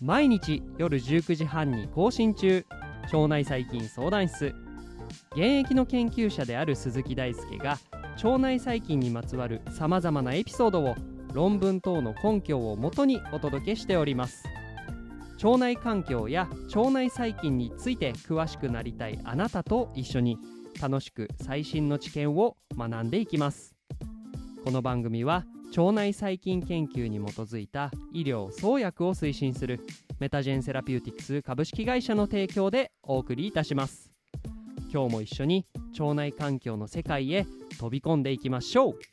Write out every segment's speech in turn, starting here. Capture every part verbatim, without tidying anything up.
毎日夜じゅうくじはんに更新中、腸内細菌相談室。現役の研究者である鈴木大輔が腸内細菌にまつわるさまざまなエピソードを論文等の根拠をもとにお届けしております。腸内環境や腸内細菌について詳しくなりたいあなたと一緒に楽しく最新の知見を学んでいきます。この番組は腸内細菌研究に基づいた医療創薬を推進するメタジェンセラピューティクス株式会社の提供でお送りいたします。今日も一緒に腸内環境の世界へ飛び込んでいきましょう。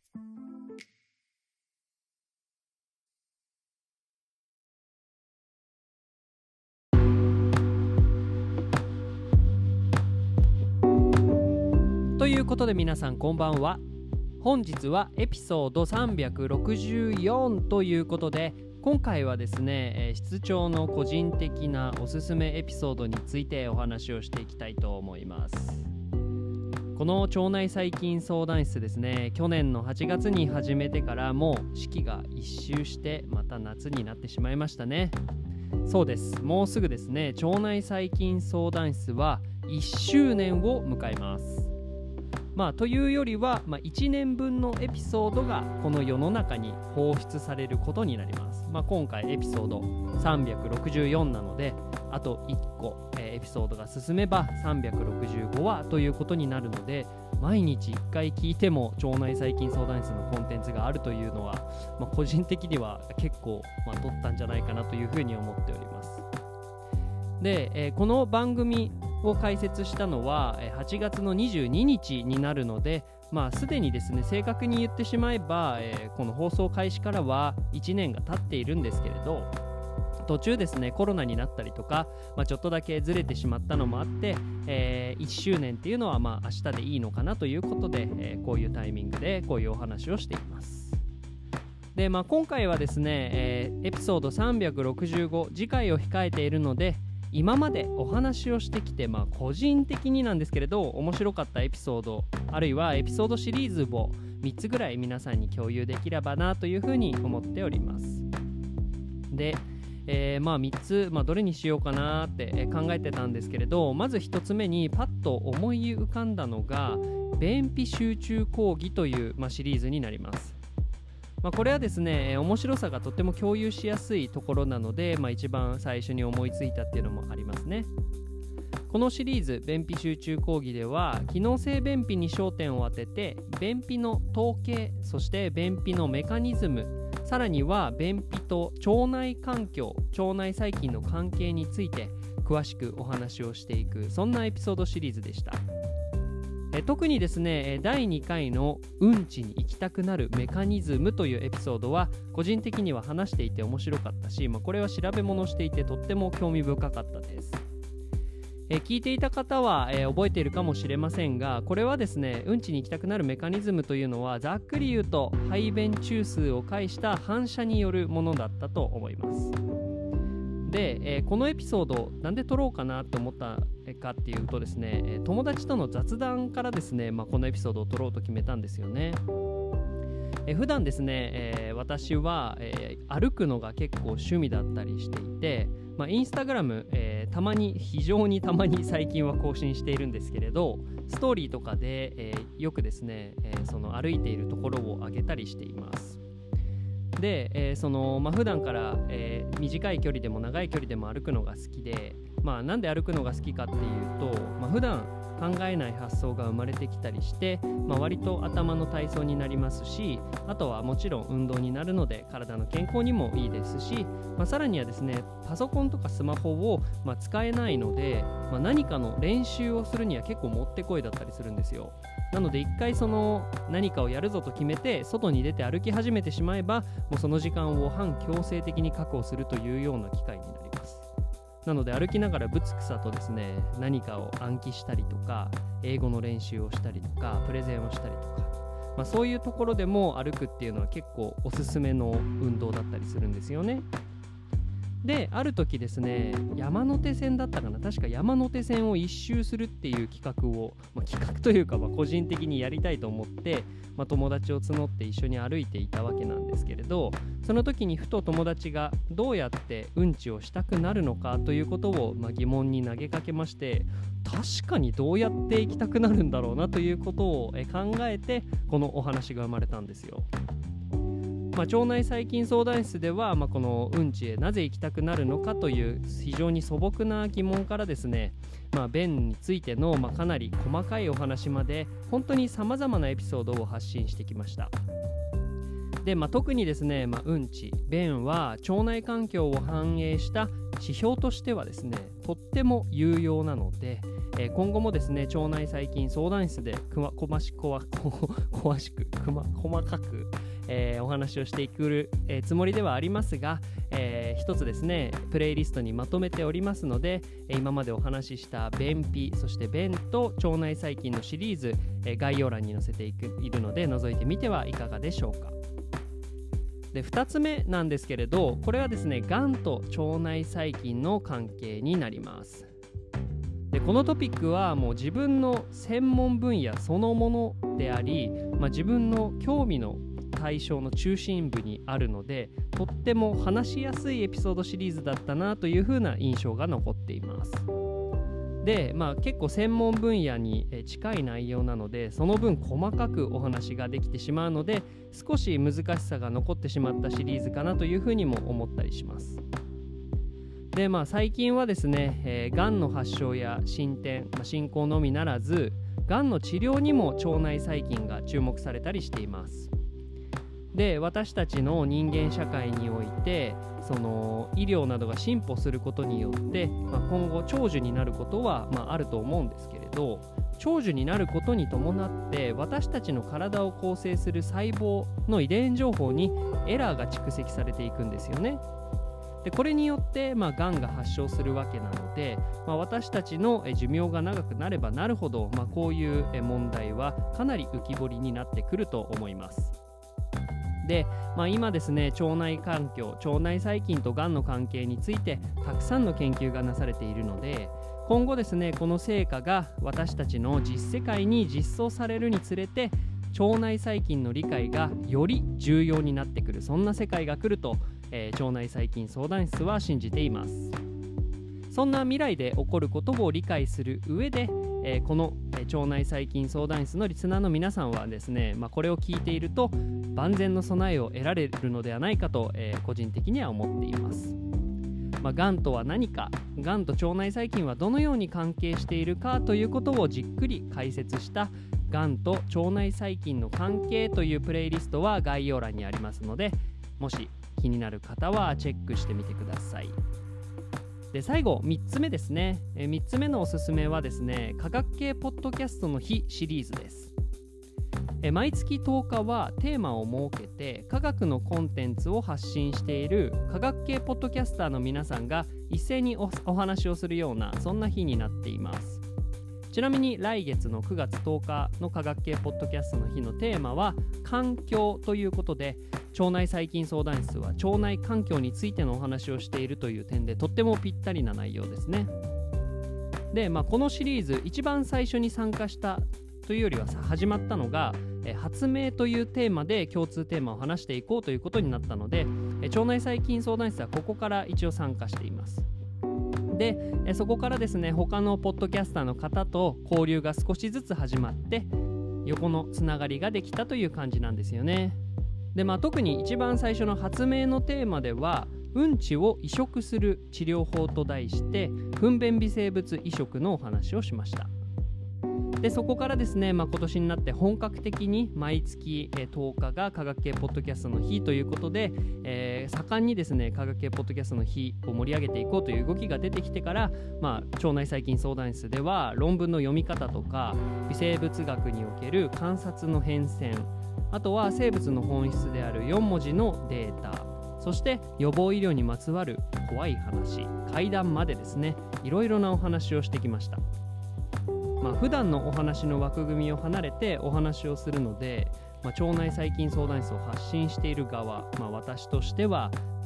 ということで皆さんこんばんは。本日はエピソードさんびゃくろくじゅうよんということで、今回はですね、室長の個人的なおすすめエピソードについてお話をしていきたいと思います。この腸内細菌相談室ですね、去年のはちがつに始めてからもう四季が一周してまた夏になってしまいましたね。そうです、もうすぐですね、腸内細菌相談室はいっしゅうねんを迎えます。まあというよりは、まあ、いちねんぶんのエピソードがこの世の中に放出されることになります。まあ、今回エピソードさんびゃくろくじゅうよんなので、あといっこ、えー、エピソードが進めばさんびゃくろくじゅうごわということになるので、毎日いっかい聞いても腸内細菌相談室のコンテンツがあるというのは、まあ、個人的には結構、まあ、取ったんじゃないかなというふうに思っております。で、えー、この番組を開設したのははちがつのにじゅうににちになるので、まあすでにですね、正確に言ってしまえば、えー、この放送開始からはいちねんが経っているんですけれど、途中ですねコロナになったりとか、まあ、ちょっとだけずれてしまったのもあって、えー、いっしゅうねんっていうのはまあ明日でいいのかなということで、えー、こういうタイミングでこういうお話をしています。で、まあ、今回はですね、えー、エピソードさんびゃくろくじゅうご、次回を控えているので、今までお話をしてきて、まあ、個人的になんですけれど面白かったエピソード、あるいはエピソードシリーズをみっつぐらい皆さんに共有できればなというふうに思っております。で、えー、まあみっつ、まあ、どれにしようかなって考えてたんですけれど、まずひとつめにパッと思い浮かんだのが便秘集中講義という、まあ、シリーズになります。まあ、これはですね、面白さがとっても共有しやすいところなので、まあ、一番最初に思いついたっていうのもありますね。このシリーズ便秘集中講義では、機能性便秘に焦点を当てて、便秘の統計、そして便秘のメカニズム、さらには便秘と腸内環境、腸内細菌の関係について詳しくお話をしていく、そんなエピソードシリーズでした。え特にですね、だいにかいのうんちに行きたくなるメカニズムというエピソードは個人的には話していて面白かったし、まあ、これは調べ物していてとっても興味深かったです。え聞いていた方は、え覚えているかもしれませんが、これはですね、うんちに行きたくなるメカニズムというのはざっくり言うと排便中枢を介した反射によるものだったと思います。で、えー、このエピソードなんで撮ろうかなと思ったかっていうとですね、友達との雑談からですね、まあ、このエピソードを撮ろうと決めたんですよね。えー、普段ですね、えー、私は、えー、歩くのが結構趣味だったりしていて、まあ、インスタグラム、えー、たまに非常にたまに最近は更新しているんですけれど、ストーリーとかで、えー、よくですね、えー、その歩いているところを上げたりしています。で、えーそのまあ、普段から、えー、短い距離でも長い距離でも歩くのが好きで、まあ、なんで歩くのが好きかっていうと、まあ、普段考えない発想が生まれてきたりして、まあ、割と頭の体操になりますし、あとはもちろん運動になるので体の健康にもいいですし、まあ、さらにはですね、パソコンとかスマホを、まあ、使えないので、まあ、何かの練習をするには結構もってこいだったりするんですよ。なので一回その何かをやるぞと決めて外に出て歩き始めてしまえば、もうその時間を反強制的に確保するというような機会になります。なので歩きながらぶつくさとですね、何かを暗記したりとか、英語の練習をしたりとか、プレゼンをしたりとか、まあ、そういうところでも歩くっていうのは結構おすすめの運動だったりするんですよね。 である時ですね、山手線だったかな、確か山手線を一周するっていう企画を、まあ、企画というかまあ個人的にやりたいと思って、まあ、友達を募って一緒に歩いていたわけなんですけれど、その時にふと友達がどうやってうんちをしたくなるのかということをまあ疑問に投げかけまして、確かにどうやって行きたくなるんだろうなということを考えて、このお話が生まれたんですよ。まあ、腸内細菌相談室では、まあ、このうんちへなぜ行きたくなるのかという非常に素朴な疑問からですね、まあ、便についての、まあ、かなり細かいお話まで本当にさまざまなエピソードを発信してきました。で、まあ、特にですね、まあ、うんち、便は腸内環境を反映した指標としてはですね、とっても有用なので、えー、今後もですね、腸内細菌相談室でくまこましこわ詳しくくま細かく、えー、お話をしていく、えー、つもりではありますが、えー、一つですねプレイリストにまとめておりますので、えー、今までお話しした便秘、そして便と腸内細菌のシリーズ、えー、概要欄に載せていくいるので覗いてみてはいかがでしょうか。でふたつめなんですけれど、これはですね、がんと腸内細菌の関係になります。でこのトピックはもう自分の専門分野そのものであり、まあ、自分の興味の対象の中心部にあるので、とっても話しやすいエピソードシリーズだったなという風な印象が残っています。で、まあ、結構専門分野に近い内容なので、その分細かくお話ができてしまうので、少し難しさが残ってしまったシリーズかなというふうにも思ったりします。で、まあ、最近はですね、えー、がんの発症や進展、まあ、進行のみならず、がんの治療にも腸内細菌が注目されたりしています。で、私たちの人間社会において、その医療などが進歩することによって、まあ、今後長寿になることは、まあ、あると思うんですけれど、長寿になることに伴って私たちの体を構成する細胞の遺伝情報にエラーが蓄積されていくんですよね。でこれによって、まあ、がんが発症するわけなので、まあ、私たちの寿命が長くなればなるほど、まあ、こういう問題はかなり浮き彫りになってくると思います。で、まあ、今ですね、腸内環境、腸内細菌とがんの関係についてたくさんの研究がなされているので、今後ですね、この成果が私たちの実世界に実装されるにつれて、腸内細菌の理解がより重要になってくる、そんな世界が来ると、えー、腸内細菌相談室は信じています。そんな未来で起こることを理解する上で、えー、この腸内細菌相談室のリスナーの皆さんはですね、まあ、これを聞いていると万全の備えを得られるのではないかと、えー、個人的には思っています。まあ、がんとは何か、がんと腸内細菌はどのように関係しているかということをじっくり解説したがんと腸内細菌の関係というプレイリストは概要欄にありますので、もし気になる方はチェックしてみてください。で最後みっつめですね。えみっつめのおすすめはですね、科学系ポッドキャストの日シリーズです。え毎月とおかはテーマを設けて科学のコンテンツを発信している科学系ポッドキャスターの皆さんが一斉に お, お話をするような、そんな日になっています。ちなみに来月のくがつとおかの科学系ポッドキャストの日のテーマは環境ということで、腸内細菌相談室は腸内環境についてのお話をしているという点でとってもぴったりな内容ですね。で、まあ、このシリーズ一番最初に参加したというよりは始まったのがえ発明というテーマで共通テーマを話していこうということになったので、え腸内細菌相談室はここから一応参加しています。でえそこからですね、他のポッドキャスターの方と交流が少しずつ始まって横のつながりができたという感じなんですよね。で、まあ、特に一番最初の発明のテーマではうんちを移植する治療法と題して糞便微生物移植のお話をしました。でそこからですね、まあ、今年になって本格的に毎月とおかが科学系ポッドキャストの日ということで、えー、盛んにですね科学系ポッドキャストの日を盛り上げていこうという動きが出てきてから、まあ、腸内細菌相談室では論文の読み方とか微生物学における観察の変遷、あとは生物の本質であるよん文字のデータ、そして予防医療にまつわる怖い話、怪談までですね、いろいろなお話をしてきました。まあ、普段のお話の枠組みを離れてお話をするので、まあ、腸内細菌相談室を発信している側、まあ、私としては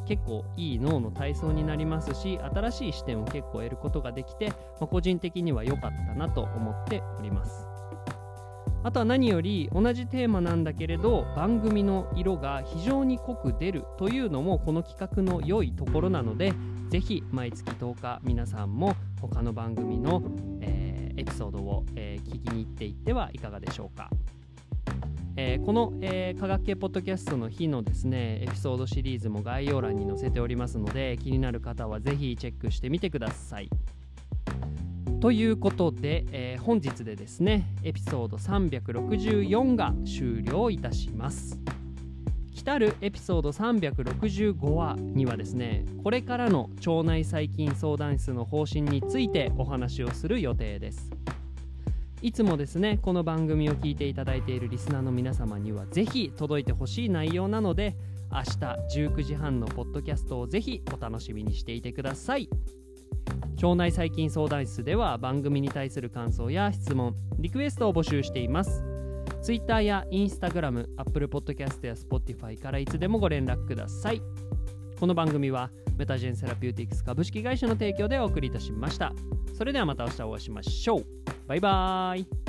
結構いい脳の体操になりますし、新しい視点を結構得ることができて、まあ、個人的には良かったなと思っております。あとは何より同じテーマなんだけれど番組の色が非常に濃く出るというのもこの企画の良いところなので、ぜひ毎月とおか皆さんも他の番組の、えー、エピソードを、えー、聞きに行っていってはいかがでしょうか。えー、この、えー、科学系ポッドキャストの日のですねエピソードシリーズも概要欄に載せておりますので、気になる方はぜひチェックしてみてください。ということで、えー、本日でですねエピソードさんびゃくろくじゅうよんが終了いたします。来たるエピソードさんびゃくろくじゅうごわにはですね、これからの腸内細菌相談室の方針についてお話をする予定です。いつもですねこの番組を聞いていただいているリスナーの皆様にはぜひ届いてほしい内容なので、明日じゅうくじはんのポッドキャストをぜひお楽しみにしていてください。腸内細菌相談室では番組に対する感想や質問、リクエストを募集しています。Twitter や Instagram、Apple Podcast や Spotify からいつでもご連絡ください。この番組はメタジェンセラピューティクス株式会社の提供でお送りいたしました。それではまた明日お会いしましょう。バイバーイ。